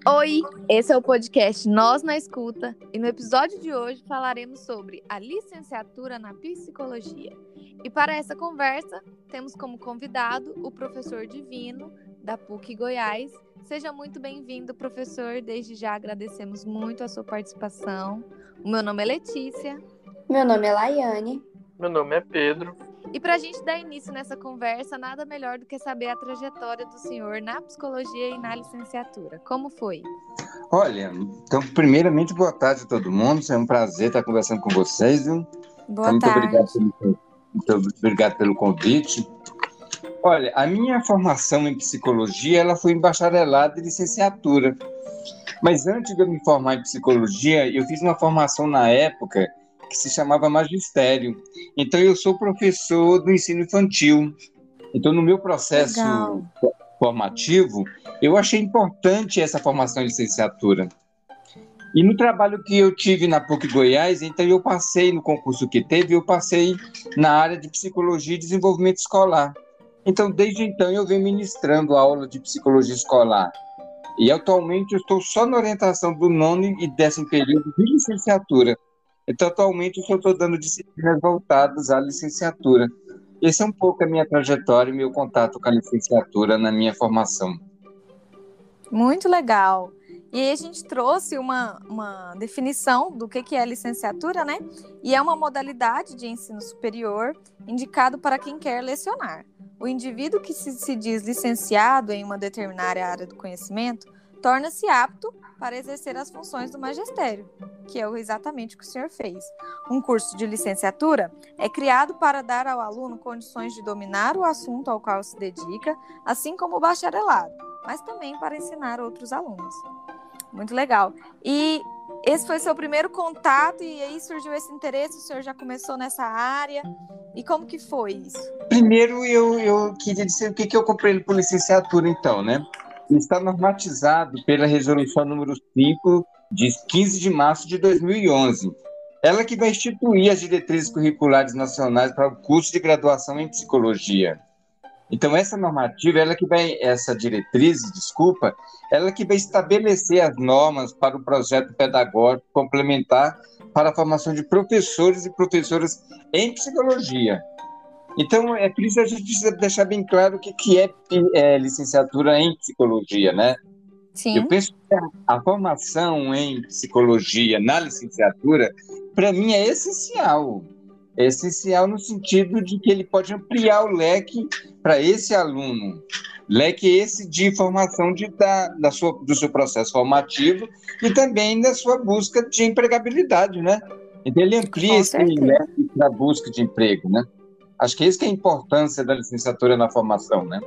Oi, esse é o podcast Nós na Escuta e no episódio de hoje falaremos sobre a licenciatura na psicologia. E para essa conversa, temos como convidado o professor Divino, da PUC Goiás. Seja muito bem-vindo, professor. Desde já agradecemos muito a sua participação. O meu nome é Letícia. Meu nome é Laiane. Meu nome é Pedro. E para a gente dar início nessa conversa, nada melhor do que saber a trajetória do senhor na psicologia e na licenciatura. Como foi? Olha, então, primeiramente, boa tarde a todo mundo. É um prazer estar conversando com vocês, viu? Boa tarde. Muito obrigado pelo convite. Olha, a minha formação em psicologia, ela foi em bacharelado e licenciatura. Mas antes de eu me formar em psicologia, eu fiz uma formação na época que se chamava magistério. Então, eu sou professor do ensino infantil. Então, no meu processo formativo, eu achei importante essa formação em licenciatura. E no trabalho que eu tive na PUC Goiás, então eu passei no concurso que teve, eu passei na área de psicologia e desenvolvimento escolar. Então, desde então, eu venho ministrando aula de psicologia escolar. E atualmente eu estou só na orientação do 9º e 10º período de licenciatura. Então, atualmente, eu só estou dando disciplinas voltadas à licenciatura. Esse é um pouco a minha trajetória e meu contato com a licenciatura na minha formação. Muito legal. E aí a gente trouxe uma definição do que é licenciatura, né? E é uma modalidade de ensino superior indicado para quem quer lecionar. O indivíduo que se diz licenciado em uma determinada área do conhecimento torna-se apto para exercer as funções do magistério, que é exatamente o que o senhor fez. Um curso de licenciatura é criado para dar ao aluno condições de dominar o assunto ao qual se dedica, assim como o bacharelado, mas também para ensinar outros alunos. Muito legal. E esse foi seu primeiro contato e aí surgiu esse interesse, o senhor já começou nessa área. E como que foi isso? Primeiro, eu queria dizer o que eu compreendo por licenciatura, então, né? Está normatizado pela Resolução número 5, de 15 de março de 2011. Ela que vai instituir as diretrizes curriculares nacionais para o curso de graduação em psicologia. Então, essa normativa, ela que vai estabelecer as normas para o projeto pedagógico complementar para a formação de professores e professoras em psicologia. Então, é por isso que a gente precisa deixar bem claro o que é licenciatura em psicologia, né? Sim. Eu penso que a formação em psicologia na licenciatura, para mim, é essencial. É essencial no sentido de que ele pode ampliar o leque para esse aluno. Leque esse de formação do seu processo formativo e também da sua busca de empregabilidade, né? Então, ele amplia esse leque para a busca de emprego, né? Acho que essa é a importância da licenciatura na formação, né?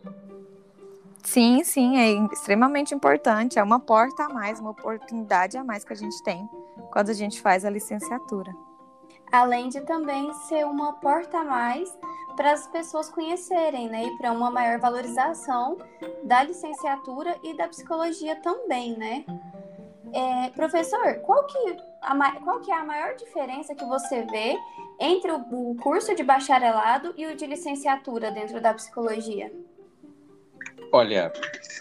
Sim, é extremamente importante. É uma porta a mais, uma oportunidade a mais que a gente tem quando a gente faz a licenciatura. Além de também ser uma porta a mais para as pessoas conhecerem, né? E para uma maior valorização da licenciatura e da psicologia também, né? Professor, qual que é a maior diferença que você vê entre o curso de bacharelado e o de licenciatura dentro da psicologia? Olha,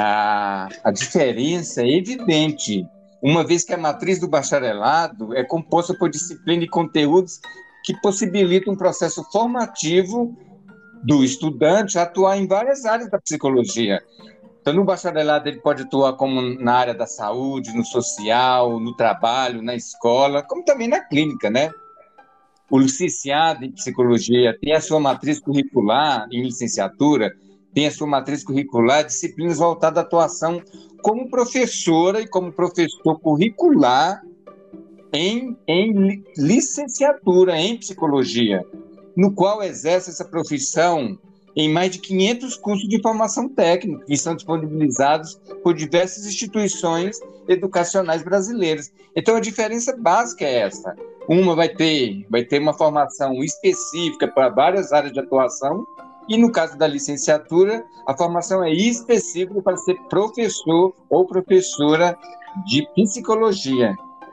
a diferença é evidente, uma vez que a matriz do bacharelado é composta por disciplina e conteúdos que possibilitam um processo formativo do estudante atuar em várias áreas da psicologia. Então, no bacharelado, ele pode atuar como na área da saúde, no social, no trabalho, na escola, como também na clínica, né? O licenciado em psicologia tem a sua matriz curricular em licenciatura, tem a sua matriz curricular, disciplinas voltadas à atuação como professora e como professor curricular em licenciatura em psicologia, no qual exerce essa profissão em mais de 500 cursos de formação técnica que são disponibilizados por diversas instituições educacionais brasileiras. Então, a diferença básica é essa. Uma vai ter uma formação específica para várias áreas de atuação, e no caso da licenciatura, a formação é específica para ser professor ou professora de psicologia.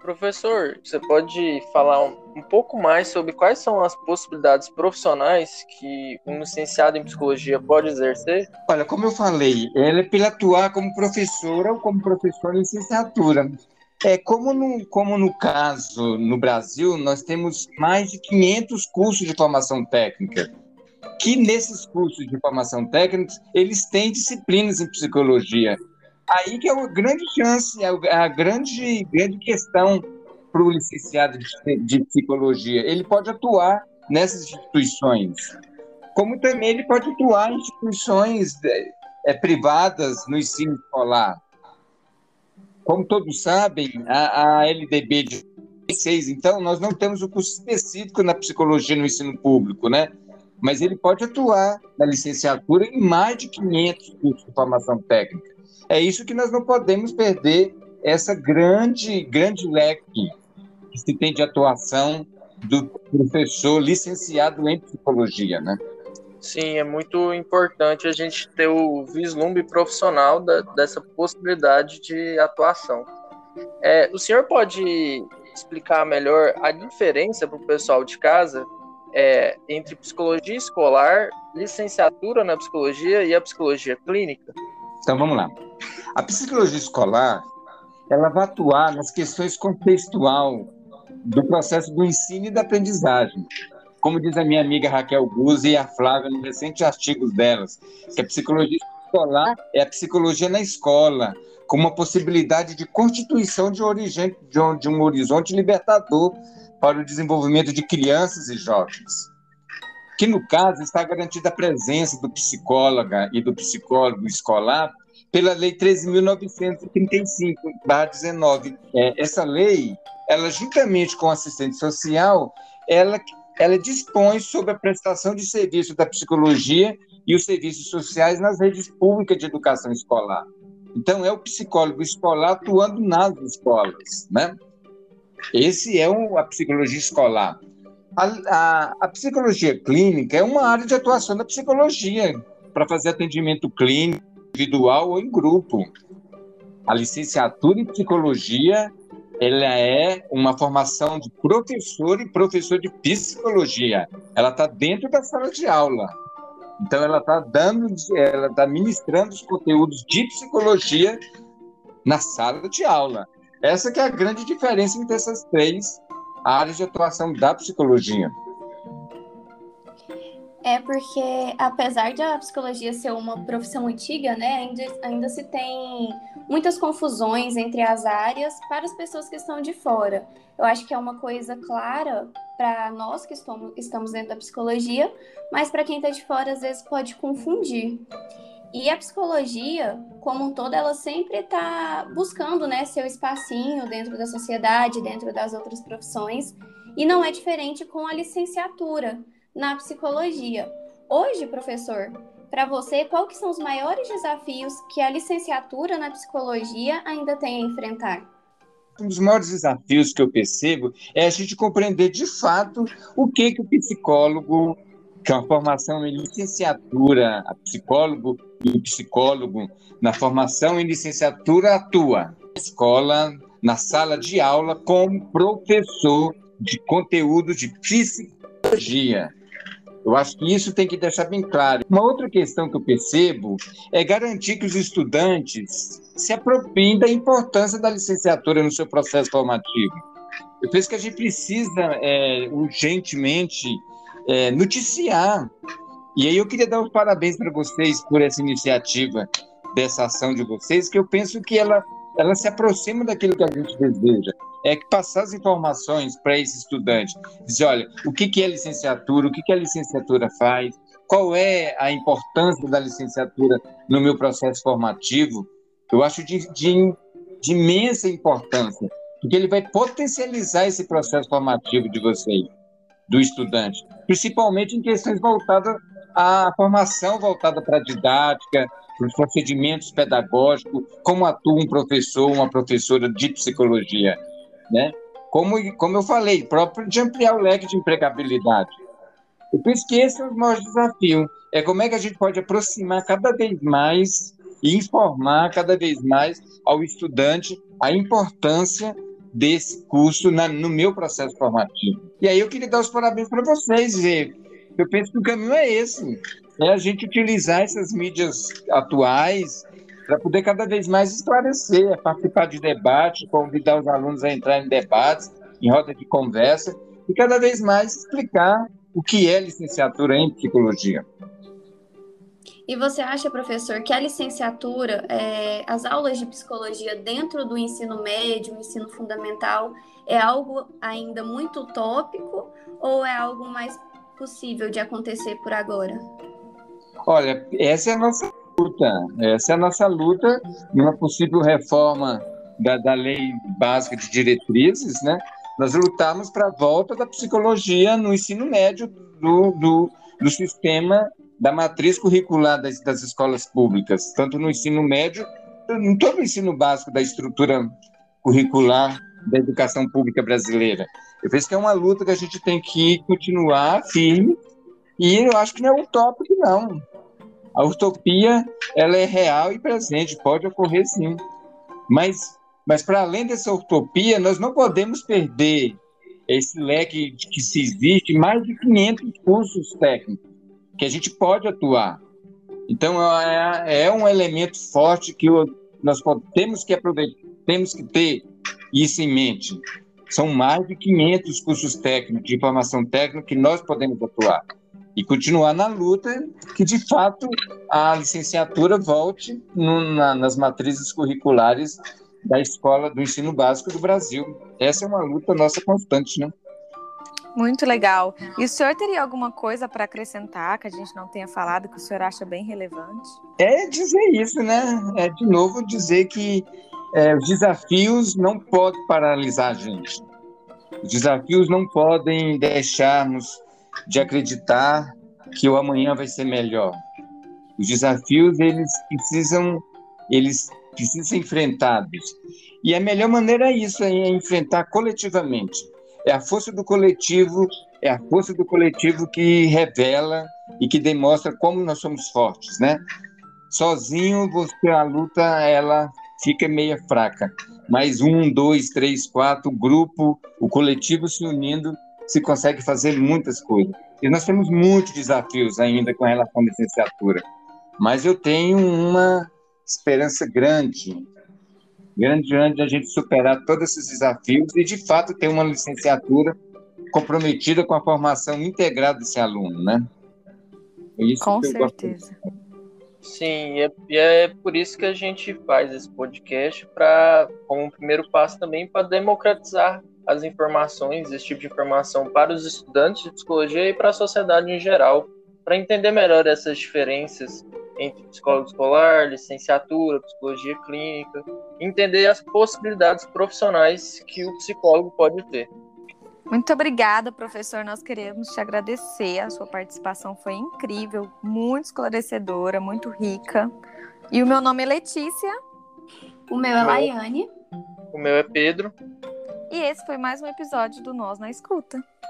Professor, você pode falar um pouco mais sobre quais são as possibilidades profissionais que um licenciado em psicologia pode exercer? Olha, como eu falei, ela é para atuar como professora ou como professor em licenciatura. Como no caso, no Brasil, nós temos mais de 500 cursos de formação técnica, que nesses cursos de formação técnica, eles têm disciplinas em psicologia. Aí que é a grande chance, a grande questão para o licenciado de psicologia. Ele pode atuar nessas instituições, como também ele pode atuar em instituições privadas no ensino escolar. Como todos sabem, a LDB de 2006, então, nós não temos o curso específico na psicologia no ensino público, né? Mas ele pode atuar na licenciatura em mais de 500 cursos de formação técnica. É isso que nós não podemos perder, essa grande leque que se tem de atuação do professor licenciado em psicologia, né? Sim, é muito importante a gente ter o vislumbre profissional dessa possibilidade de atuação. O senhor pode explicar melhor a diferença para o pessoal de casa entre psicologia escolar, licenciatura na psicologia e a psicologia clínica? Então, vamos lá. A psicologia escolar, ela vai atuar nas questões contextuais do processo do ensino e da aprendizagem. Como diz a minha amiga Raquel Guzzi e a Flávia, nos recentes artigos delas, que a psicologia escolar é a psicologia na escola, com uma possibilidade de constituição de um horizonte libertador para o desenvolvimento de crianças e jovens. Que, no caso, está garantida a presença do psicóloga e do psicólogo escolar pela Lei 13.935/19. Essa lei, ela, juntamente com o assistente social, ela dispõe sobre a prestação de serviço da psicologia e os serviços sociais nas redes públicas de educação escolar. Então, é o psicólogo escolar atuando nas escolas, né? Esse é a psicologia escolar. A psicologia clínica é uma área de atuação da psicologia para fazer atendimento clínico, individual ou em grupo. A licenciatura em psicologia, ela é uma formação de professor e professor de psicologia. Ela está dentro da sala de aula. Então, ela está ministrando os conteúdos de psicologia na sala de aula. Essa que é a grande diferença entre essas três áreas de atuação da psicologia. Porque, apesar de a psicologia ser uma profissão antiga, né, ainda se tem muitas confusões entre as áreas para as pessoas que estão de fora. Eu acho que é uma coisa clara para nós que estamos dentro da psicologia, mas para quem está de fora, às vezes pode confundir. E a psicologia, como um todo, ela sempre está buscando, né, seu espacinho dentro da sociedade, dentro das outras profissões, e não é diferente com a licenciatura na psicologia. Hoje, professor, para você, qual que são os maiores desafios que a licenciatura na psicologia ainda tem a enfrentar? Um dos maiores desafios que eu percebo é a gente compreender de fato o que o psicólogo, que é uma formação em licenciatura, a psicólogo e o psicólogo na formação em licenciatura atua na escola, na sala de aula, como professor de conteúdo de psicologia. Eu acho que isso tem que deixar bem claro. Uma outra questão que eu percebo é garantir que os estudantes se apropriem da importância da licenciatura no seu processo formativo. Eu penso que a gente precisa urgentemente noticiar. E aí eu queria dar os parabéns para vocês por essa iniciativa, dessa ação de vocês, que eu penso que ela se aproxima daquilo que a gente deseja. É que passar as informações para esse estudante, dizer, olha, o que é licenciatura, o que a licenciatura faz, qual é a importância da licenciatura no meu processo formativo, eu acho de imensa importância, porque ele vai potencializar esse processo formativo de vocês, do estudante, principalmente em questões voltadas à formação, voltada para a didática, para os procedimentos pedagógicos, como atua um professor, uma professora de psicologia, né? Como eu falei, próprio de ampliar o leque de empregabilidade. Eu penso que esse é o maior desafio, é como é que a gente pode aproximar cada vez mais e informar cada vez mais ao estudante a importância desse curso no meu processo formativo. E aí eu queria dar os parabéns para vocês. Eu penso que o caminho é esse, é a gente utilizar essas mídias atuais para poder cada vez mais esclarecer, participar de debate, convidar os alunos a entrar em debates, em roda de conversa, e cada vez mais explicar o que é licenciatura em psicologia. E você acha, professor, que a licenciatura, as aulas de psicologia dentro do ensino médio, ensino fundamental, é algo ainda muito utópico ou é algo mais possível de acontecer por agora? Olha, essa é a nossa luta numa possível reforma da Lei Básica de Diretrizes, né? Nós lutamos para a volta da psicologia no ensino médio do sistema da matriz curricular das escolas públicas, tanto no ensino médio, em todo o ensino básico da estrutura curricular da educação pública brasileira. Eu penso que é uma luta que a gente tem que continuar firme, e eu acho que não é utópico, não. A utopia, ela é real e presente, pode ocorrer sim. Mas para além dessa utopia, nós não podemos perder esse leque que se existe, mais de 500 cursos técnicos que a gente pode atuar. Então, é um elemento forte que nós temos que aproveitar, temos que ter isso em mente. São mais de 500 cursos técnicos, de formação técnica, que nós podemos atuar. E continuar na luta que, de fato, a licenciatura volte nas matrizes curriculares da escola, do ensino básico do Brasil. Essa é uma luta nossa constante, né? Muito legal. E o senhor teria alguma coisa para acrescentar que a gente não tenha falado, que o senhor acha bem relevante? É dizer isso, né? É, de novo, dizer que os desafios não podem paralisar a gente. Os desafios não podem deixar-nos de acreditar que o amanhã vai ser melhor. Os desafios, eles precisam ser enfrentados. E a melhor maneira é isso, é enfrentar coletivamente. É a força do coletivo que revela e que demonstra como nós somos fortes, né? Sozinho, a luta, ela fica meio fraca. Mas 1, 2, 3, 4, o grupo, o coletivo se unindo, se consegue fazer muitas coisas. E nós temos muitos desafios ainda com relação à licenciatura. Mas eu tenho uma esperança grande de a gente superar todos esses desafios e, de fato, ter uma licenciatura comprometida com a formação integrada desse aluno, né? É isso com que certeza. Sim, e é por isso que a gente faz esse podcast, como um primeiro passo também para democratizar as informações, esse tipo de informação para os estudantes de psicologia e para a sociedade em geral, para entender melhor essas diferenças entre psicólogo escolar, licenciatura, psicologia clínica, entender as possibilidades profissionais que o psicólogo pode ter. Muito obrigada, professor. Nós queremos te agradecer. A sua participação foi incrível, muito esclarecedora, muito rica. E o meu nome é Letícia. O meu é Laiane. O meu é Pedro. E esse foi mais um episódio do Nós na Escuta.